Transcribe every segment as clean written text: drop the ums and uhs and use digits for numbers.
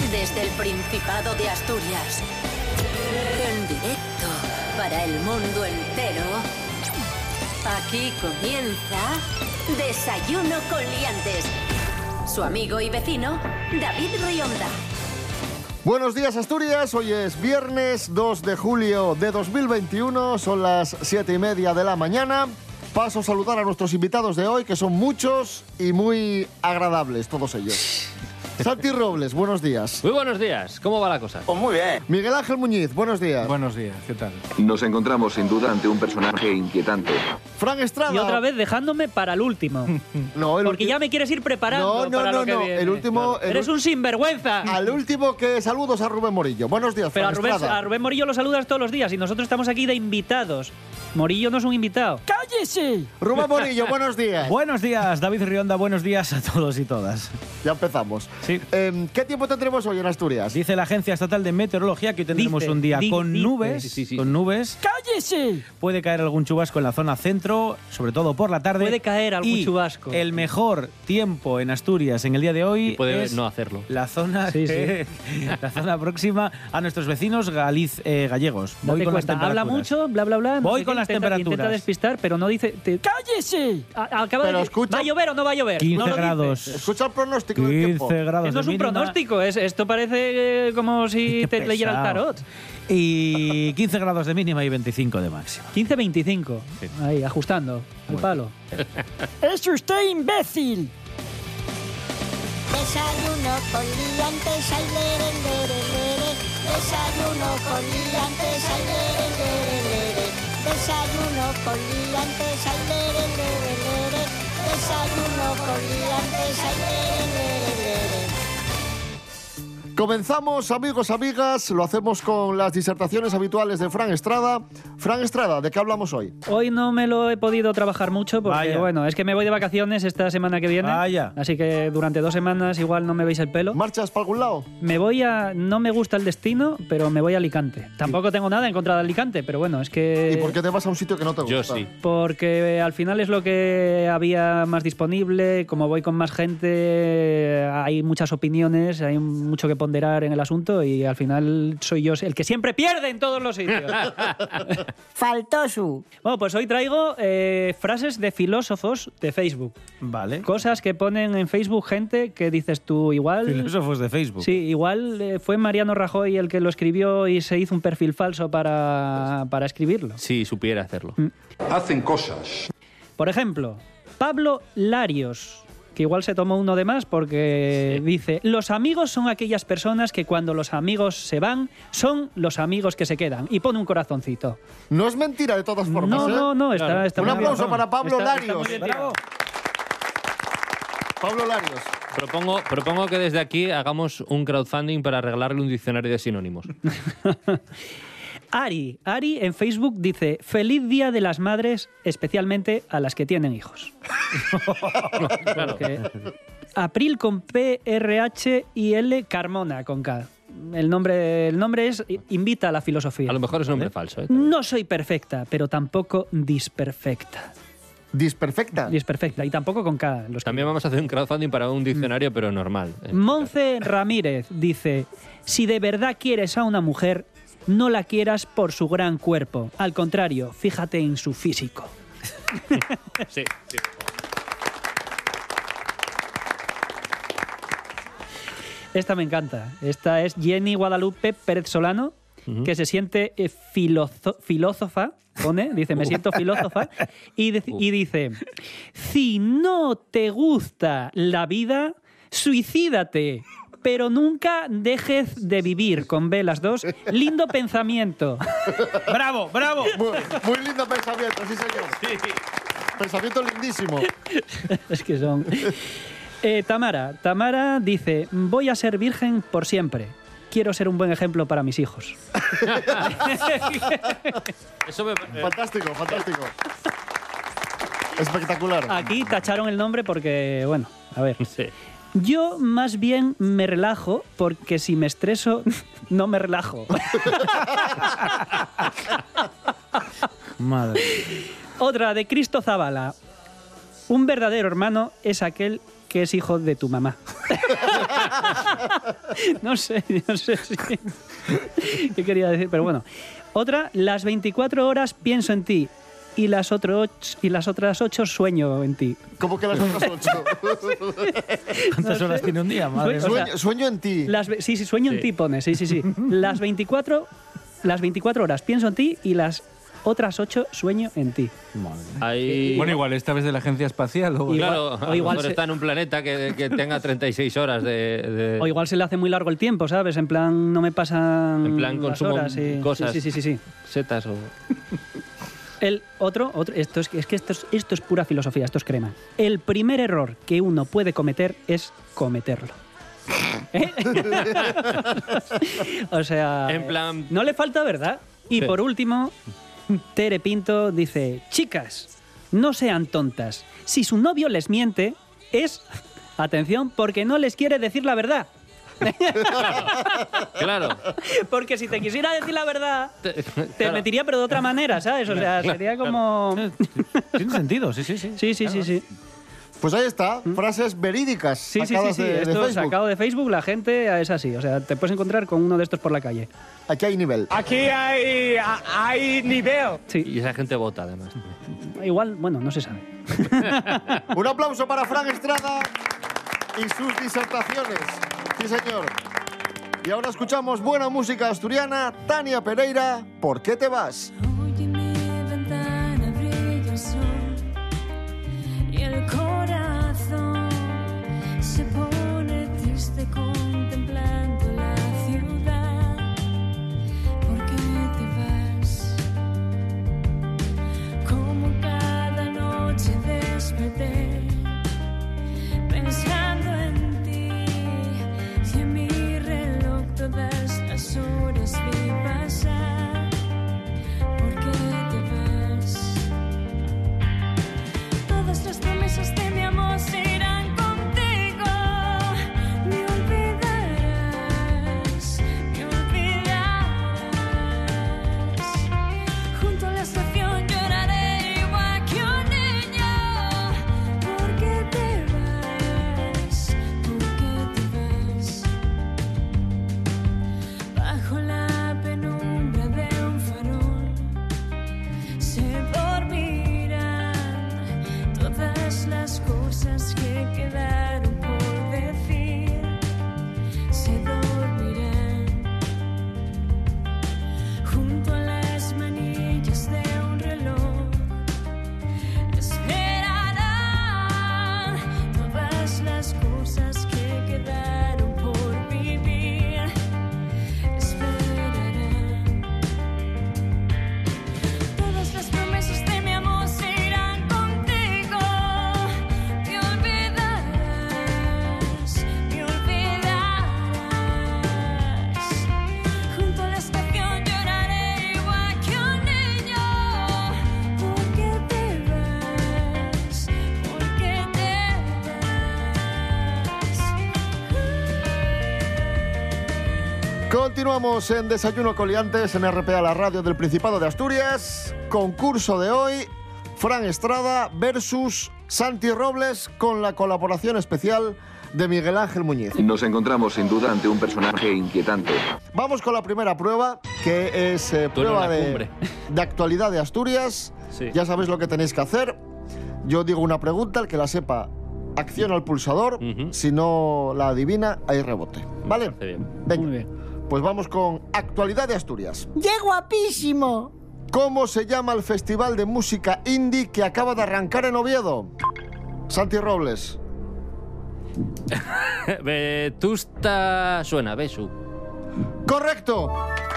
Desde el Principado de Asturias, en directo para el mundo entero, aquí comienza Desayuno con Liantes. Su amigo y vecino, David Rionda. Buenos días, Asturias. Hoy es viernes 2 de julio de 2021. Son las 7:30 de la mañana. Paso a saludar a nuestros invitados de hoy, que son muchos y muy agradables, todos ellos. Santi Robles, buenos días. Muy buenos días, ¿cómo va la cosa? Pues muy bien. Miguel Ángel Muñiz, buenos días. Buenos días, ¿qué tal? Nos encontramos sin duda ante un personaje inquietante. Fran Estrada. Y otra vez dejándome para el último. No, porque ya me quieres ir preparando para lo que viene. El último... Claro. Eres un sinvergüenza. Al último que saludos a Rubén Morillo. Buenos días, Pero Fran Estrada. a Rubén Morillo lo saludas todos los días y nosotros estamos aquí de invitados. Morillo no es un invitado. ¡Cállese! Rubén Morillo, buenos días. Buenos días, David Rionda, buenos días a todos y todas. Ya empezamos. Sí. ¿Qué tiempo tendremos hoy en Asturias? Dice la Agencia Estatal de Meteorología que hoy tendremos un día con nubes. Sí. Con nubes. ¡Cállese! Puede caer algún chubasco en la zona centro, sobre todo por la tarde. Puede caer algún chubasco. El mejor tiempo en Asturias en el día de hoy y puede es no hacerlo. La zona, la zona próxima a nuestros vecinos gallegos. Voy con las temperaturas. Habla mucho, bla, bla, bla. Voy con las temperaturas. Intenta despistar, pero no dice... ¡Cállese! Acaba pero de escucha, ¿va a llover o no va a llover? 15 no grados. Escucha el pronóstico del tiempo. 15 grados no es de un mínima. pronóstico, esto parece como si te leyera el tarot. Y 15 grados de mínima y 25 de máxima. 15-25. Sí. Ahí, ajustando el palo. ¡Es usted imbécil! Desayuno con liantes, ay, lere, lere, lere. Desayuno con liantes, ay, lere, lere, lere. Desayuno con liantes, ay, lere, lere, lere. Desayuno con liantes, ay, lere, lere, lere. Comenzamos, amigos, amigas. Lo hacemos con las disertaciones habituales de Fran Estrada. Fran Estrada, ¿de qué hablamos hoy? Hoy no me lo he podido trabajar mucho porque, Vaya. bueno, es que me voy de vacaciones esta semana que viene. Vaya. Así que durante 2 semanas igual no me veis el pelo. ¿Marchas para algún lado? No me gusta el destino, pero me voy a Alicante. Tampoco tengo nada en contra de Alicante, pero bueno, es que... ¿Y por qué te vas a un sitio que no te gusta? Yo sí. Porque al final es lo que había más disponible. Como voy con más gente, hay muchas opiniones, hay mucho que ponderar en el asunto y al final soy yo el que siempre pierde en todos los sitios. Faltó su... Bueno, pues hoy traigo frases de filósofos de Facebook. Vale. Cosas que ponen en Facebook gente que dices tú igual... Filósofos de Facebook. Sí, igual fue Mariano Rajoy el que lo escribió y se hizo un perfil falso para escribirlo. Sí, supiera hacerlo. Hacen cosas. Por ejemplo, Pablo Larios, que igual se tomó uno de más porque dice: los amigos son aquellas personas que cuando los amigos se van, son los amigos que se quedan. Y pone un corazoncito. No es mentira, de todas formas. No, está Un muy aplauso bien. para Pablo Está Larios. muy bien Bravo. tirado. Pablo Larios. Propongo que desde aquí hagamos un crowdfunding para arreglarle un diccionario de sinónimos. Ari en Facebook dice: feliz Día de las Madres, especialmente a las que tienen hijos. Claro. April con P, R, H y L, Carmona con K. El nombre es invita a la filosofía. A lo mejor es nombre falso. No soy perfecta, pero tampoco disperfecta. ¿Disperfecta? Disperfecta, y tampoco con K. También vamos a hacer un crowdfunding para un diccionario, pero normal. Monce Ramírez dice: si de verdad quieres a una mujer, no la quieras por su gran cuerpo. Al contrario, fíjate en su físico. Sí. Esta me encanta. Esta es Jenny Guadalupe Pérez Solano, que se siente filósofa. Dice, me siento filósofa. Y dice: si no te gusta la vida, suicídate. Pero nunca dejes de vivir, con B las dos. Lindo pensamiento. ¡Bravo! Muy lindo pensamiento, sí, señor. Sí. Pensamiento lindísimo. Es que son... Tamara dice: voy a ser virgen por siempre. Quiero ser un buen ejemplo para mis hijos. Fantástico. Espectacular. Aquí tacharon el nombre porque, bueno, a ver. Sí. Yo más bien me relajo porque si me estreso, no me relajo. Madre. Otra de Cristo Zavala. Un verdadero hermano es aquel que es hijo de tu mamá. No sé si... ¿Qué quería decir? Pero bueno. Otra, las 24 horas pienso en ti y las otras 8 sueño en ti. ¿Cómo que las otras 8? ¿Cuántas horas tiene un día? Madre mía. O sea, Sueño en ti. Sí, sueño en ti pone, sí. Las 24 horas pienso en ti y las otras 8 sueño en ti. Hay... Bueno, igual esta vez de la agencia espacial. O... Claro, o igual pero está en un planeta que tenga 36 horas de... O igual se le hace muy largo el tiempo, ¿sabes? En plan, no me pasan En plan, las consumo horas. cosas. Sí. Setas o... El otro esto es pura filosofía, esto es crema. El primer error que uno puede cometer es cometerlo. ¿Eh? O sea, En plan... no le falta verdad. Y Sí. por último, Tere Pinto dice: chicas, no sean tontas. Si su novio les miente, es, atención, porque no les quiere decir la verdad. Claro. Porque si te quisiera decir la verdad, te Claro. mentiría, pero de otra manera, ¿sabes? O sea, sería como... Tiene sentido, sí. Sí. Pues ahí está, frases verídicas Sí. sacadas de Esto Facebook. sacado de Facebook, la gente es así. O sea, te puedes encontrar con uno de estos por la calle. Aquí hay nivel. Aquí hay nivel. Sí. Y esa gente vota, además. Igual, bueno, no se sabe. Un aplauso para Fran Estrada y sus disertaciones. Sí, señor. Y ahora escuchamos buena música asturiana. Tania Pereira, ¿por qué te vas? Hoy en mi ventana brilla el sol y el corazón se pone triste contemplando la ciudad. ¿Por qué te vas? Como cada noche desperté pensando en ti y en mi reloj todas las horas vi pasar. ¿Por qué te vas? Todas las promesas de mi amor se irán contigo. Me olvidarás, me olvidarás. Junto a la estación lloraré igual que un niño. ¿Por qué te vas? ¿Por qué te vas? Bajo la penumbra de un farol se dormirán todas las cosas que quedaron por decir. Se dormirán junto a las manillas de un reloj. Esperarán todas las cosas que quedaron por vivir. Esperarán. Todas las promesas de mi amor se irán contigo. Me olvidarás, me olvidarás. Junto a la estación lloraré igual que un niño. ¿Por qué te vas? ¿Por qué te vas? Continuamos en Desayuno Coliantes en RPA, la radio del Principado de Asturias. Concurso de hoy, Fran Estrada versus Santi Robles, con la colaboración especial de Miguel Ángel Muñiz. Nos encontramos sin duda ante un personaje inquietante. Vamos con la primera prueba, que es prueba la cumbre. de actualidad de Asturias. Sí. Ya sabéis lo que tenéis que hacer. Yo digo una pregunta, el que la sepa acciona el pulsador. Ujú. Si no la adivina, hay rebote. ¿Vale? Parece bien. Venga. Muy bien. Pues vamos con actualidad de Asturias. ¡Qué guapísimo! ¿Cómo se llama el festival de música indie que acaba de arrancar en Oviedo? Santi Robles. Vetusta suena, Besu. ¡Correcto!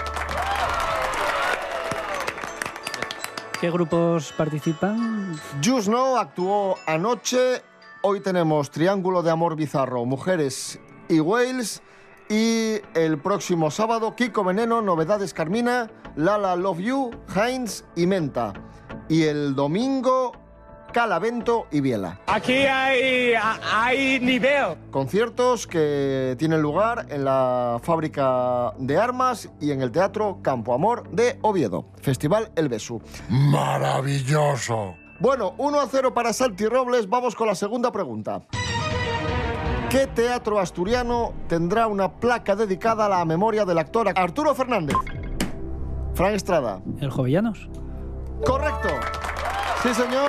¿Qué grupos participan? Just Know actuó anoche. Hoy tenemos Triángulo de Amor Bizarro, Mujeres y Wales. Y el próximo sábado, Kiko Veneno, Novedades Carmina, Lala Love You, Heinz y Menta. Y el domingo, Calavento y Biela. Aquí hay nivel. Conciertos que tienen lugar en la Fábrica de Armas y en el Teatro Campo Amor de Oviedo. Festival El Besu. Maravilloso. Bueno, 1-0 para Santi Robles. Vamos con la segunda pregunta. ¿Qué teatro asturiano tendrá una placa dedicada a la memoria del actor Arturo Fernández? Fran Estrada. ¿El Jovellanos? Correcto. Sí, señor.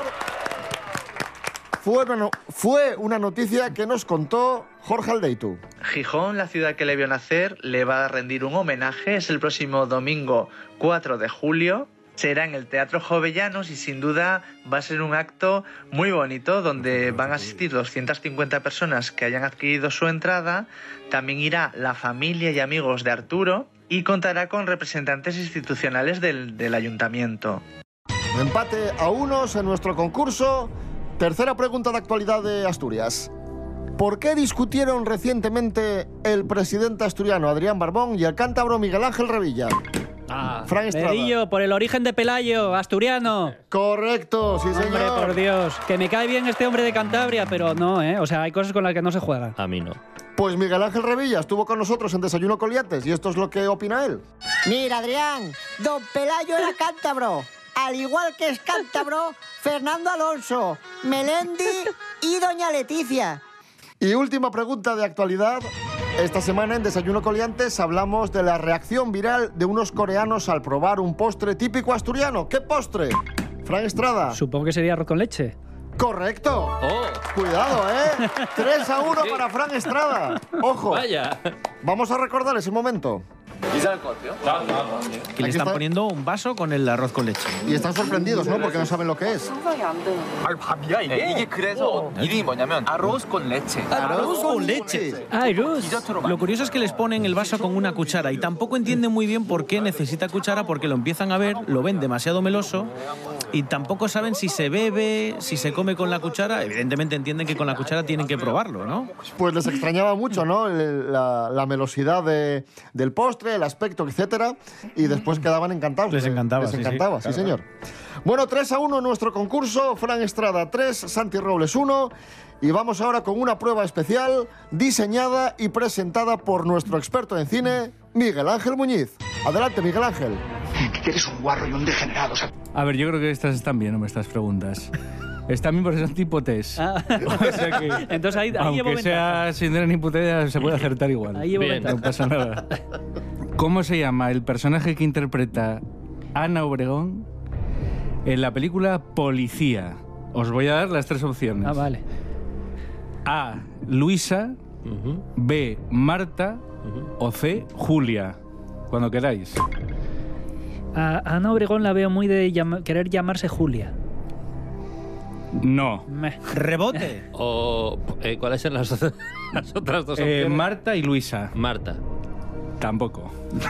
Fue una noticia que nos contó Jorge Aldeitu. Gijón, la ciudad que le vio nacer, le va a rendir un homenaje. Es el próximo domingo 4 de julio. Será en el Teatro Jovellanos y sin duda va a ser un acto muy bonito donde van a asistir 250 personas que hayan adquirido su entrada. También irá la familia y amigos de Arturo y contará con representantes institucionales del ayuntamiento. Empate a unos en nuestro concurso. Tercera pregunta de actualidad de Asturias. ¿Por qué discutieron recientemente el presidente asturiano Adrián Barbón y el cántabro Miguel Ángel Revilla? Fran Estrada. Pedillo, por el origen de Pelayo, asturiano. Correcto, sí, señor. Hombre, por Dios. Que me cae bien este hombre de Cantabria, pero no, ¿eh? O sea, hay cosas con las que no se juega. A mí no. Pues Miguel Ángel Revilla estuvo con nosotros en Desayuno con Liantes y esto es lo que opina él. Mira, Adrián, don Pelayo era cántabro. Al igual que es cántabro, Fernando Alonso, Melendi y doña Leticia. Y última pregunta de actualidad. Esta semana en Desayuno con Liantes hablamos de la reacción viral de unos coreanos al probar un postre típico asturiano. ¿Qué postre? Fran Estrada. Supongo que sería arroz con leche. ¡Correcto! Oh. Cuidado, ¿eh? 3-1 para Fran Estrada. ¡Ojo! Vaya. Vamos a recordar ese momento. Que le están poniendo un vaso con el arroz con leche. Y están sorprendidos, ¿no? Porque no saben lo que es. 이게 그래서 이름이 뭐냐면 arroz con leche. Arroz con leche. Lo curioso es que les ponen el vaso con una cuchara y tampoco entienden muy bien por qué necesita cuchara, porque lo empiezan a ver, lo ven demasiado meloso y tampoco saben si se bebe, si se come con la cuchara. Evidentemente entienden que con la cuchara tienen que probarlo, ¿no? Pues les extrañaba mucho, ¿no? La melosidad del postre, el aspecto, etcétera, y después quedaban encantados. Les encantaba, Les encantaba, sí, señor. Bueno, 3-1 nuestro concurso. Fran Estrada 3, Santi Robles 1. Y vamos ahora con una prueba especial diseñada y presentada por nuestro experto en cine, Miguel Ángel Muñiz. Adelante, Miguel Ángel. Que eres un guarro y un degenerado. A ver, yo creo que estas están bien, hombre, estas preguntas. Están bien porque son tipo test. O sea que, entonces ahí llevo aunque ventaja. sea sin tener ni puta idea, se puede acertar igual. Ahí llevo Bien. ventaja. No pasa nada. ¿Cómo se llama el personaje que interpreta Ana Obregón en la película Policía? Os voy a dar las tres opciones. Ah, vale. A, Luisa, B, Marta o C, Julia. Cuando queráis. A Ana Obregón la veo muy de querer llamarse Julia. No. Rebote. O, ¿cuáles son las otras dos opciones? Marta y Luisa. Marta. Tampoco.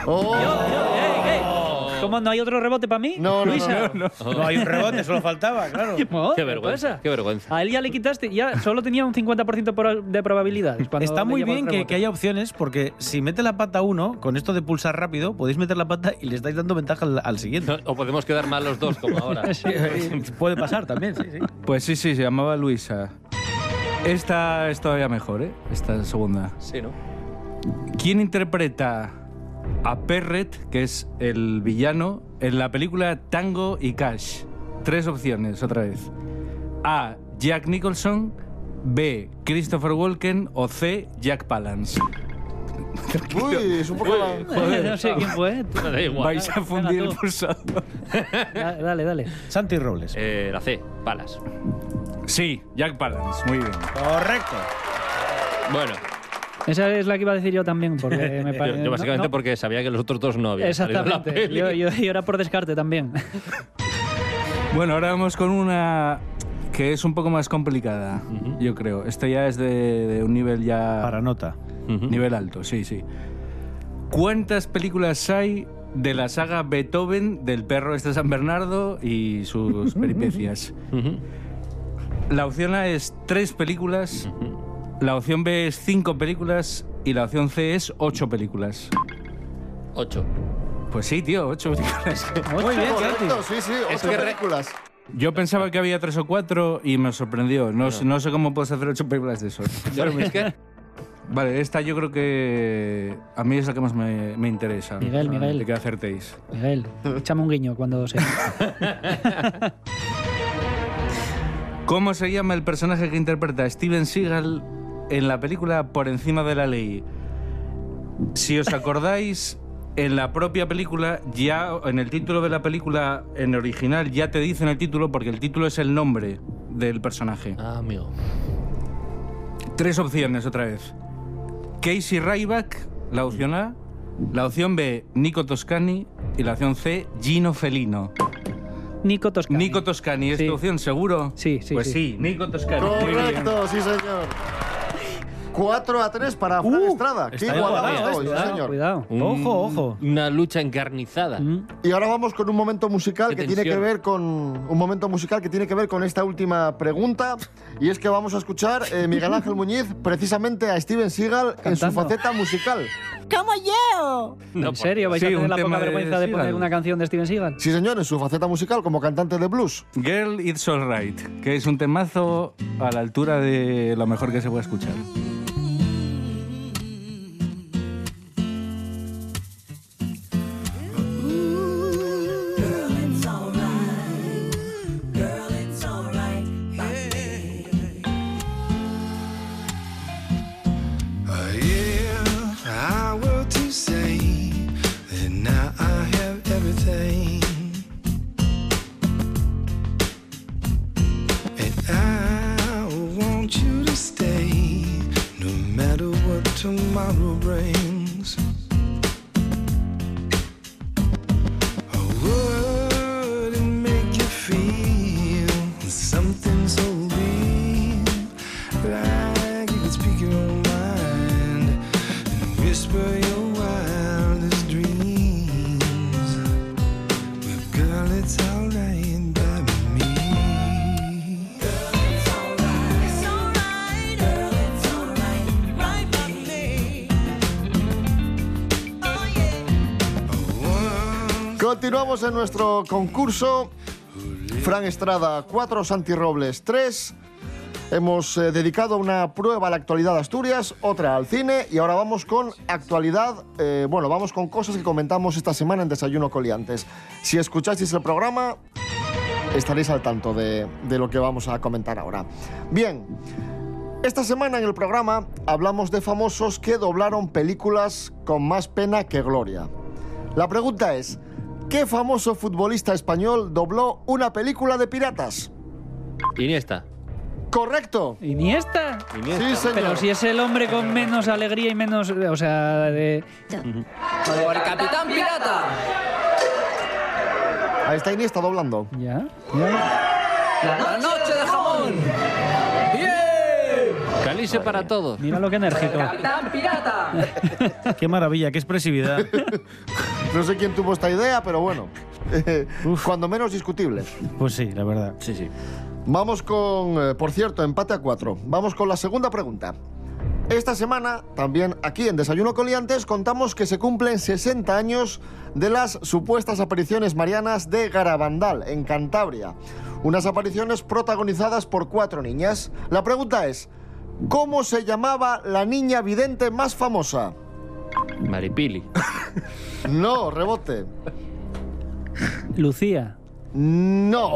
¿Cómo no hay otro rebote para mí? No, Luisa. No hay un rebote, solo faltaba, claro. Qué vergüenza, qué vergüenza. A él ya le quitaste, ya solo tenía un 50% de probabilidades. cuando Está le muy llevó el bien rebote. que haya opciones, porque si mete la pata uno, con esto de pulsar rápido, podéis meter la pata y le estáis dando ventaja al siguiente. O podemos quedar mal los dos, como ahora. Puede pasar también, sí. Pues sí, se llamaba Luisa. Esta es todavía mejor, ¿eh? Esta segunda. Sí, ¿no? ¿Quién interpreta a Perret, que es el villano, en la película Tango y Cash? Tres opciones, otra vez. A, Jack Nicholson, B, Christopher Walken o C, Jack Palance. Uy, es un poco... No sé quién fue. Da igual. Vais a fundir el pulsador. Dale. Santi Robles. La C, Palas. Sí, Jack Palance, muy bien. Correcto. Bueno, Esa es la que iba a decir yo también, porque me parece... yo básicamente no. porque sabía que los otros dos no habían salido en la Exactamente. peli. Yo era por descarte también. Bueno, ahora vamos con una que es un poco más complicada, yo creo. Esto ya es de un nivel ya... Para nota. Nivel alto, sí. ¿Cuántas películas hay de la saga Beethoven del perro este San Bernardo y sus peripecias? La opción A es 3 películas, la opción B es 5 películas y la opción C es 8 películas. 8. Pues sí, tío, 8 películas. Muy bien, Correcto, Santi. sí, Es 8 que películas. Yo pensaba que había 3 o 4 y me sorprendió. No sé cómo puedes hacer 8 películas de eso. Pero es que... Vale, esta yo creo que a mí es la que más me interesa. Miguel. De que acertéis. Miguel, échame un guiño cuando sea. ¿Cómo se llama el personaje que interpreta a Steven Seagal en la película Por encima de la ley? Si os acordáis, en la propia película, ya en el título de la película, en original, ya te dicen el título porque el título es el nombre del personaje. Ah, amigo. 3 opciones otra vez. Casey Ryback, la opción A. La opción B, Nico Toscani. Y la opción C, Gino Felino. Nico Toscani. Nico Toscani, ¿es tu opción, seguro? Sí, sí. Pues sí, Nico Toscani. Correcto, sí, señor. 4-3 para Fran Estrada. Qué está igualado igualado, está hoy, sí, señor. Cuidado. Ojo. Una lucha encarnizada. Y ahora vamos con un momento musical Qué que tiene que tensión. ver con esta última pregunta, y es que vamos a escuchar Miguel Ángel Muñiz precisamente a Steven Seagal en su Cantando. faceta musical. ¡Como yo! ¿En serio vais Sí, a tener un la tema poca de vergüenza de poner Seagal. una canción de Steven Seagal? Sí, señor, en su faceta musical como cantante de blues. Girl, It's Alright, que es un temazo a la altura de lo mejor que se puede escuchar. If I were to say that now I have everything, and I want you to stay, no matter what tomorrow brings. Or would it make you feel something so real, like you could speak your own mind and whisper your wildest dreams? Well, girl, it's alright by me. Girl, it's alright. It's alright. Girl, it's alright. Right by me. Oh, yeah. Continuamos en nuestro concurso. Fran Estrada 4, Santi Robles 3. Hemos dedicado una prueba a la actualidad de Asturias, otra al cine, y ahora vamos con actualidad, vamos con cosas que comentamos esta semana en Desayuno Coliantes. Si escuchasteis el programa, estaréis al tanto de lo que vamos a comentar ahora. Bien, esta semana en el programa hablamos de famosos que doblaron películas con más pena que gloria. La pregunta es, ¿qué famoso futbolista español dobló una película de piratas? Iniesta. ¡Correcto! ¿Iniesta? Sí, señor. Pero si es el hombre con menos alegría y menos... O sea, de... ¡Por Capitán Pirata! Ahí está Iniesta doblando. ¿Ya? ¡La noche de jamón! ¡Bien! Cálice para todos. Mira lo que enérgico. ¡Capitán Pirata! Qué maravilla, qué expresividad. No sé quién tuvo esta idea, pero bueno. Cuando menos discutible. Pues sí, la verdad. Sí, sí. Vamos con, por cierto, empate a 4. Vamos con la segunda pregunta. Esta semana, también aquí en Desayuno Coliantes, contamos que se cumplen 60 años de las supuestas apariciones marianas de Garabandal, en Cantabria. Unas apariciones protagonizadas por 4 niñas. La pregunta es, ¿cómo se llamaba la niña vidente más famosa? Maripili. No, rebote. Lucía. No.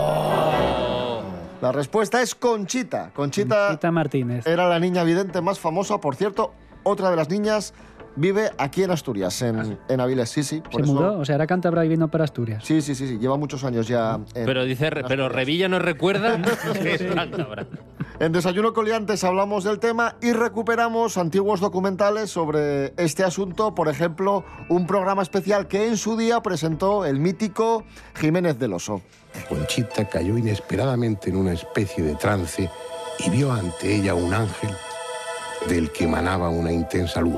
La respuesta es Conchita. Conchita Martínez. Era la niña vidente más famosa. Por cierto, otra de las niñas vive aquí en Asturias, en Avilés. Sí, sí. Se mudó, o sea, era cántabra y vino para Asturias. Sí. Lleva muchos años ya. Pero dice, pero Revilla nos recuerda que es cántabra. En Desayuno Coliantes hablamos del tema y recuperamos antiguos documentales sobre este asunto. Por ejemplo, un programa especial que en su día presentó el mítico Jiménez del Oso. Conchita cayó inesperadamente en una especie de trance y vio ante ella un ángel del que emanaba una intensa luz.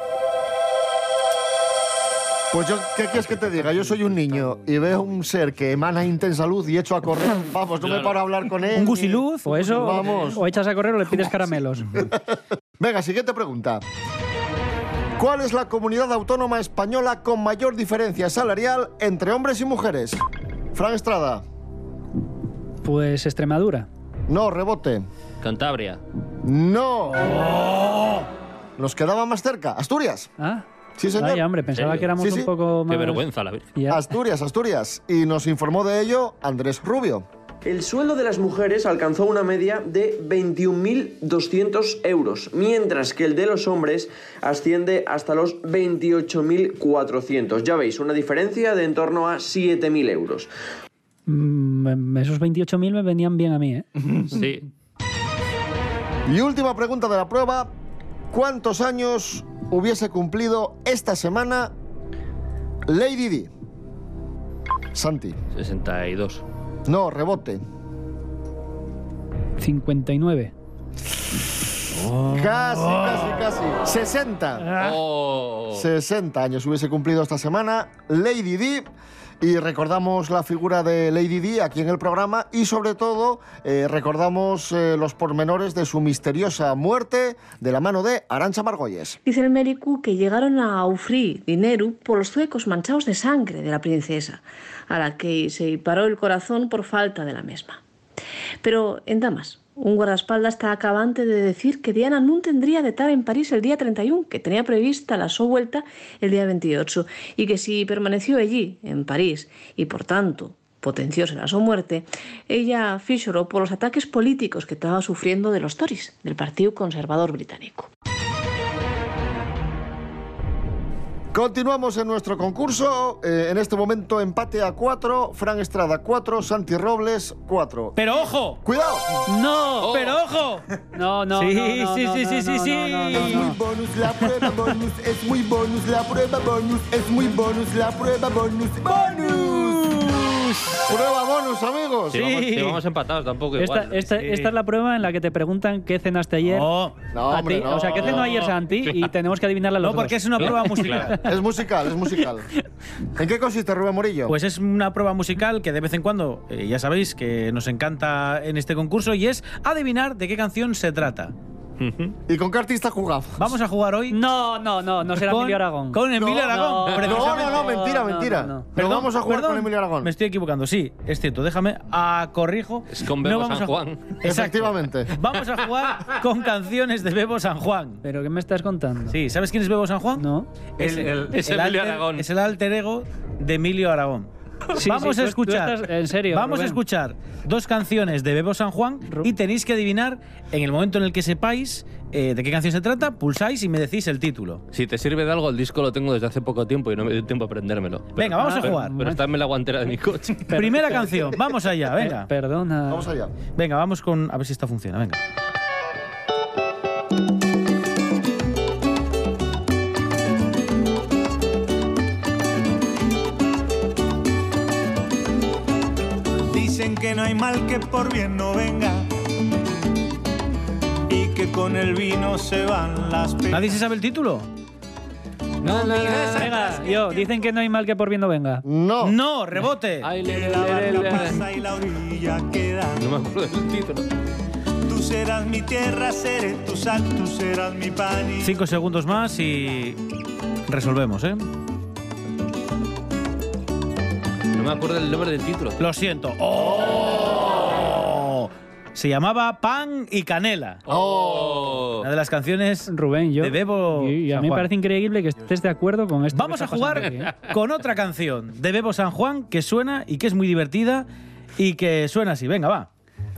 Pues yo, ¿qué quieres que te diga? Yo soy un niño y veo un ser que emana intensa luz y echo a correr. Vamos, no me paro a hablar con él. Un gusiluz o eso, Vamos. o echas a correr o le pides caramelos. Venga, siguiente pregunta. ¿Cuál es la comunidad autónoma española con mayor diferencia salarial entre hombres y mujeres? Fran Estrada. Pues Extremadura. No, rebote. Cantabria. No. Nos quedaba más cerca. Asturias. Ah. Sí, señor. Ay, hombre, pensaba que éramos Sí, sí. un poco más... Qué vergüenza, la verdad. Ya. Asturias. Y nos informó de ello Andrés Rubio. El sueldo de las mujeres alcanzó una media de 21.200 euros, mientras que el de los hombres asciende hasta los 28.400. Ya veis, una diferencia de en torno a 7.000 euros. Esos 28.000 me venían bien a mí, ¿eh? Sí. Y última pregunta de la prueba. ¿Cuántos años hubiese cumplido esta semana Lady Di? Santi. 62. No, rebote. 59. Casi. 60. 60 años hubiese cumplido esta semana Lady Di. Y recordamos la figura de Lady Di aquí en el programa y sobre todo recordamos los pormenores de su misteriosa muerte de la mano de Arantxa Margolles. Dice el médico que llegaron a ofrecer dinero por los zuecos manchados de sangre de la princesa, a la que se paró el corazón por falta de la misma. Pero, en damas, un guardaespaldas está acabante de decir que Diana no tendría de estar en París el día 31, que tenía prevista la su vuelta el día 28, y que si permaneció allí, en París, y por tanto potencióse la su muerte, ella fíxoro por los ataques políticos que estaba sufriendo de los Tories, del Partido Conservador Británico. Continuamos en nuestro concurso. En este momento empate a 4. Fran Estrada 4, Santi Robles 4. ¡Pero ojo! ¡Cuidado! ¡No! ¡Pero ojo! No. Sí. Es muy bonus la prueba bonus, es muy bonus la prueba bonus, es muy bonus la prueba bonus. ¡Bonus! Prueba bonus, amigos. Si vamos empatados, tampoco igual. Esta es la prueba en la que te preguntan qué cenaste ayer. No, hombre, no. O sea, ¿qué cenó ayer Santi? Claro. Y tenemos que adivinarla los No, porque dos. es una prueba musical. Es musical. ¿En qué consiste, Rubén Morillo? Pues es una prueba musical que de vez en cuando, ya sabéis, que nos encanta en este concurso y es adivinar de qué canción se trata. ¿Y con qué artista jugamos? Vamos a jugar hoy. No será Emilio Aragón. Con Emilio Aragón. No, mentira. No. Pero vamos a jugar con Emilio Aragón. Me estoy equivocando, sí, es cierto. Déjame, corrijo. Es con Bebo San Juan. Exacto. Efectivamente. Vamos a jugar con canciones de Bebo San Juan. ¿Pero qué me estás contando? Sí, ¿sabes quién es Bebo San Juan? No. Es Emilio Aragón. Es el alter ego de Emilio Aragón. Sí, vamos a escuchar. tú estás, en serio, vamos Rubén. a escuchar dos canciones de Bebo San Juan y tenéis que adivinar en el momento en el que sepáis de qué canción se trata, pulsáis y me decís el título. Si te sirve de algo, el disco lo tengo desde hace poco tiempo y no me dio tiempo a aprendérmelo. Venga, vamos a jugar. Pero está en la guantera de mi coche. Primera canción, vamos allá, venga. Perdona. Vamos allá. Venga, vamos con. A ver si esta funciona, venga. Dicen que no hay mal que por bien no venga y que con el vino se van las penas. ¿Nadie se sabe el título? Venga, dicen que no hay mal que por bien no venga. No, rebote. La barca pasa y la orilla queda. No me acuerdo del título. Tú serás mi tierra, seré tu sal, tú serás mi pan y... 5 segundos más y resolvemos, ¿eh? No me acuerdo del nombre del título. Lo siento. ¡Oh! Se llamaba Pan y Canela. ¡Oh! Una de las canciones Rubén, de Bebo y a San mí me Juan. parece increíble que estés de acuerdo con esto. Vamos a jugar con otra canción de Bebo San Juan que suena y que es muy divertida y que suena así. Venga, va.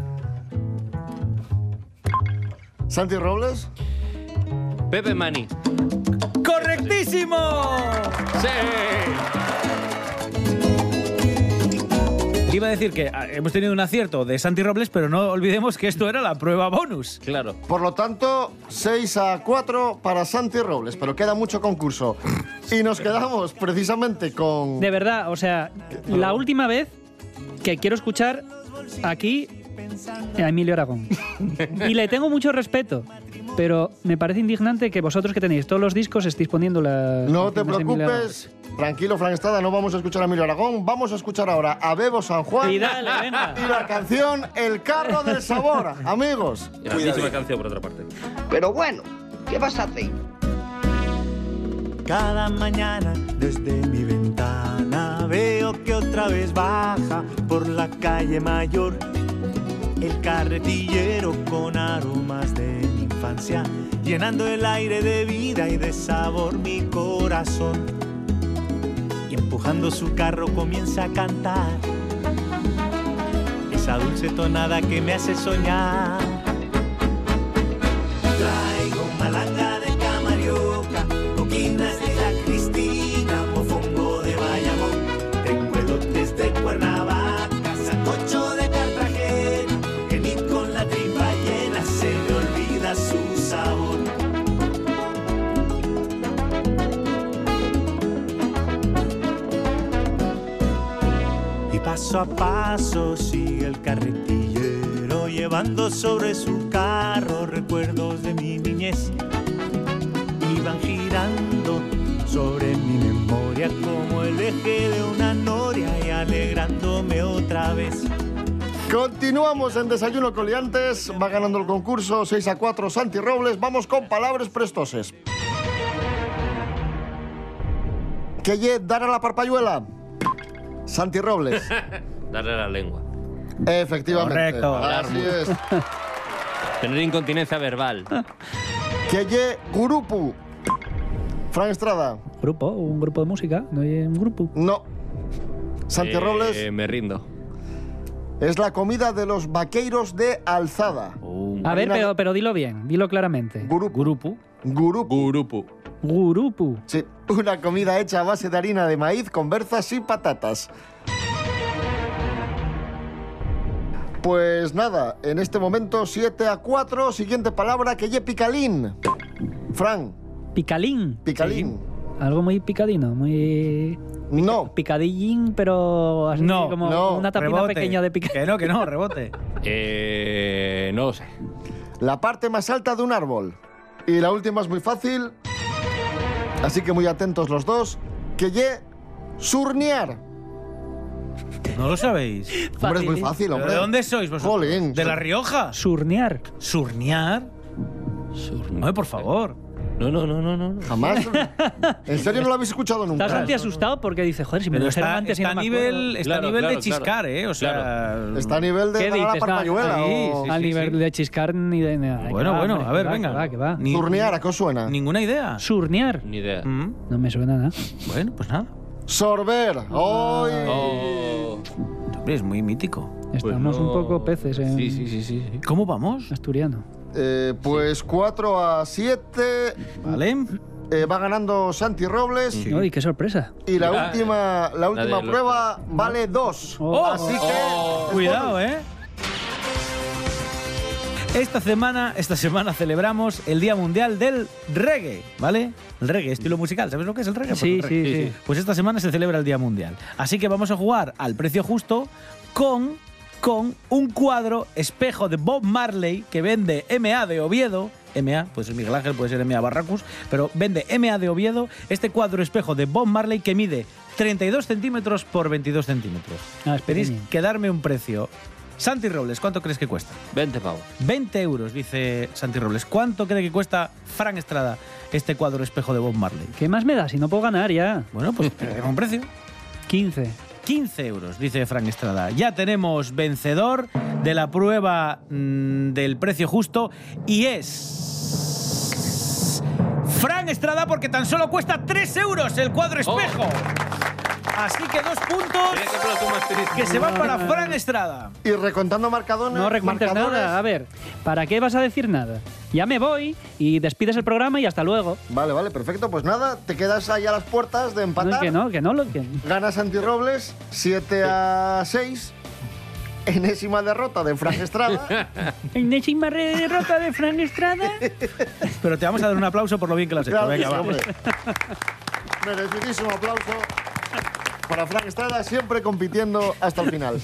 ¿Santi Robles? Pepe Mani. ¡Correctísimo! ¡Sí! Iba a decir que hemos tenido un acierto de Santi Robles, pero no olvidemos que esto era la prueba bonus. Claro. Por lo tanto, 6-4 para Santi Robles, pero queda mucho concurso. Y nos quedamos precisamente con... De verdad, o sea, la última vez que quiero escuchar aquí a Emilio Aragón. Y le tengo mucho respeto, pero me parece indignante que vosotros que tenéis todos los discos estéis poniendo las... No te canciones de Emilio preocupes, tranquilo, Fran Estrada, no vamos a escuchar a Emilio Aragón, vamos a escuchar ahora a Bebo San Juan Y dale, venga. y la canción El carro del sabor, amigos. Grandísima canción, por otra parte. Pero bueno, ¿qué vas a hacer? Cada mañana desde mi ventana veo que otra vez baja por la calle Mayor el carretillero con aromas de mi infancia, llenando el aire de vida y de sabor mi corazón. Y empujando su carro comienza a cantar esa dulce tonada que me hace soñar. Traigo malanga de Camarioca, coquinas de la Cristina, mofongo de Bayamón, tengo elotes de Cuernavaca, sancocho de Cartagena, que ni con la tripa llena se me olvida su sabor. Y paso a paso sigue el carretillero llevando sobre su carro recuerdos de mi niñez. Y van girando sobre mi memoria como el eje de una noria y alegrándome otra vez. Continuamos en Desayuno Coliantes. Va ganando el concurso 6-4 Santi Robles. Vamos con palabras prestoses. ¿Qué ye dar a la parpayuela? Santi Robles. Darle la lengua. Efectivamente. Correcto. Así es. Tener incontinencia verbal. ¿Qué ye grupo? Fran Estrada. ¿Grupo? ¿Un grupo de música? ¿No hay un grupo? No. Santi Robles. Me rindo. Es la comida de los vaqueiros de Alzada. A ver, pero dilo bien, dilo claramente. Grupo. Sí, una comida hecha a base de harina de maíz con berzas y patatas. Pues nada, en este momento 7-4. Siguiente palabra, que ye picalín. Fran. ¿Picalín? Picalín. Sí. Algo muy picadino, muy... No. Picadillín, pero así como una tapita rebote. pequeña de picadillo. Que no, rebote. No lo sé. La parte más alta de un árbol. Y la última es muy fácil. Así que muy atentos los dos. Que ye surnear. ¿No lo sabéis? Hombre, es muy fácil, hombre. ¿De dónde sois vosotros? Jolín. ¿De La Rioja? Surnear. ¿Surnear? Ay, por favor. No. Jamás. ¿En serio no lo habéis escuchado nunca? Estás Santi asustado porque dice, joder, si me lo Pero dijeron antes y no está me nivel, acuerdo. está a nivel de chiscar, ¿eh? O sea... Está a nivel de ¿Qué dar a la dices? parpayuela. Sí, al nivel de chiscar ni de nada. Bueno, Que va, bueno, hombre, a ver, que va, venga. que va, que va. Surnear, ¿a qué os suena? Ninguna idea. ¿Surnear? Ni idea. No me suena nada. Bueno, pues nada. Sorber. ¡Ay! Hombre, es muy mítico. Estamos un poco peces en Sí. ¿Cómo vamos? asturiano. Pues 4-7. Vale. Va ganando Santi Robles. Uy, qué sorpresa. Y la última la de los- prueba vale 2. Así que... Cuidado, ¿eh? Esta semana celebramos el Día Mundial del Reggae, ¿vale? El reggae, estilo musical. ¿Sabes lo que es el reggae? Pues Sí, el reggae. sí. Pues esta semana se celebra el Día Mundial. Así que vamos a jugar al precio justo con un cuadro espejo de Bob Marley que vende MA de Oviedo. MA, puede ser Miguel Ángel, puede ser MA Barracus, pero vende MA de Oviedo este cuadro espejo de Bob Marley que mide 32 centímetros por 22 centímetros. Es Tenéis pequeño. que darme un precio. Santi Robles, ¿cuánto crees que cuesta? 20 pavos. 20 euros, dice Santi Robles. ¿Cuánto cree que cuesta Fran Estrada este cuadro espejo de Bob Marley? ¿Qué más me da si no puedo ganar ya? Bueno, pues tenemos un precio. 15. 15 euros, dice Fran Estrada. Ya tenemos vencedor de la prueba del precio justo y es... Fran Estrada, porque tan solo cuesta 3 euros el cuadro espejo. Así que 2 puntos que se van para Fran Estrada. Y recontando marcadores... No recuentes nada. A ver, ¿para qué vas a decir nada? Ya me voy y despides el programa y hasta luego. Vale, perfecto. Pues nada, te quedas ahí a las puertas de empatar. Que no. Gana Santi Robles 7-6. Enésima derrota de Fran Estrada. Enésima derrota de Fran Estrada. Pero te vamos a dar un aplauso por lo bien que lo has hecho. Claro que Venga, sí, va. hombre. Merecidísimo aplauso para Fran Estrada, siempre compitiendo hasta el final.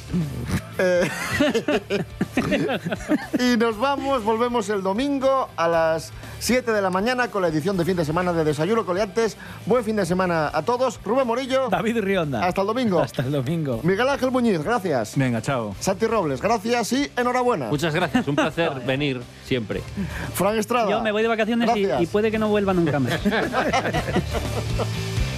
Y nos volvemos el domingo a las 7 de la mañana con la edición de fin de semana de Desayuno Coliantes. Buen fin de semana a todos. Rubén Morillo. David Rionda. Hasta el domingo. Hasta el domingo. Miguel Ángel Muñiz, gracias. Venga, chao. Santi Robles, gracias y enhorabuena. Muchas gracias, un placer venir siempre. Fran Estrada. Yo me voy de vacaciones y puede que no vuelva nunca más.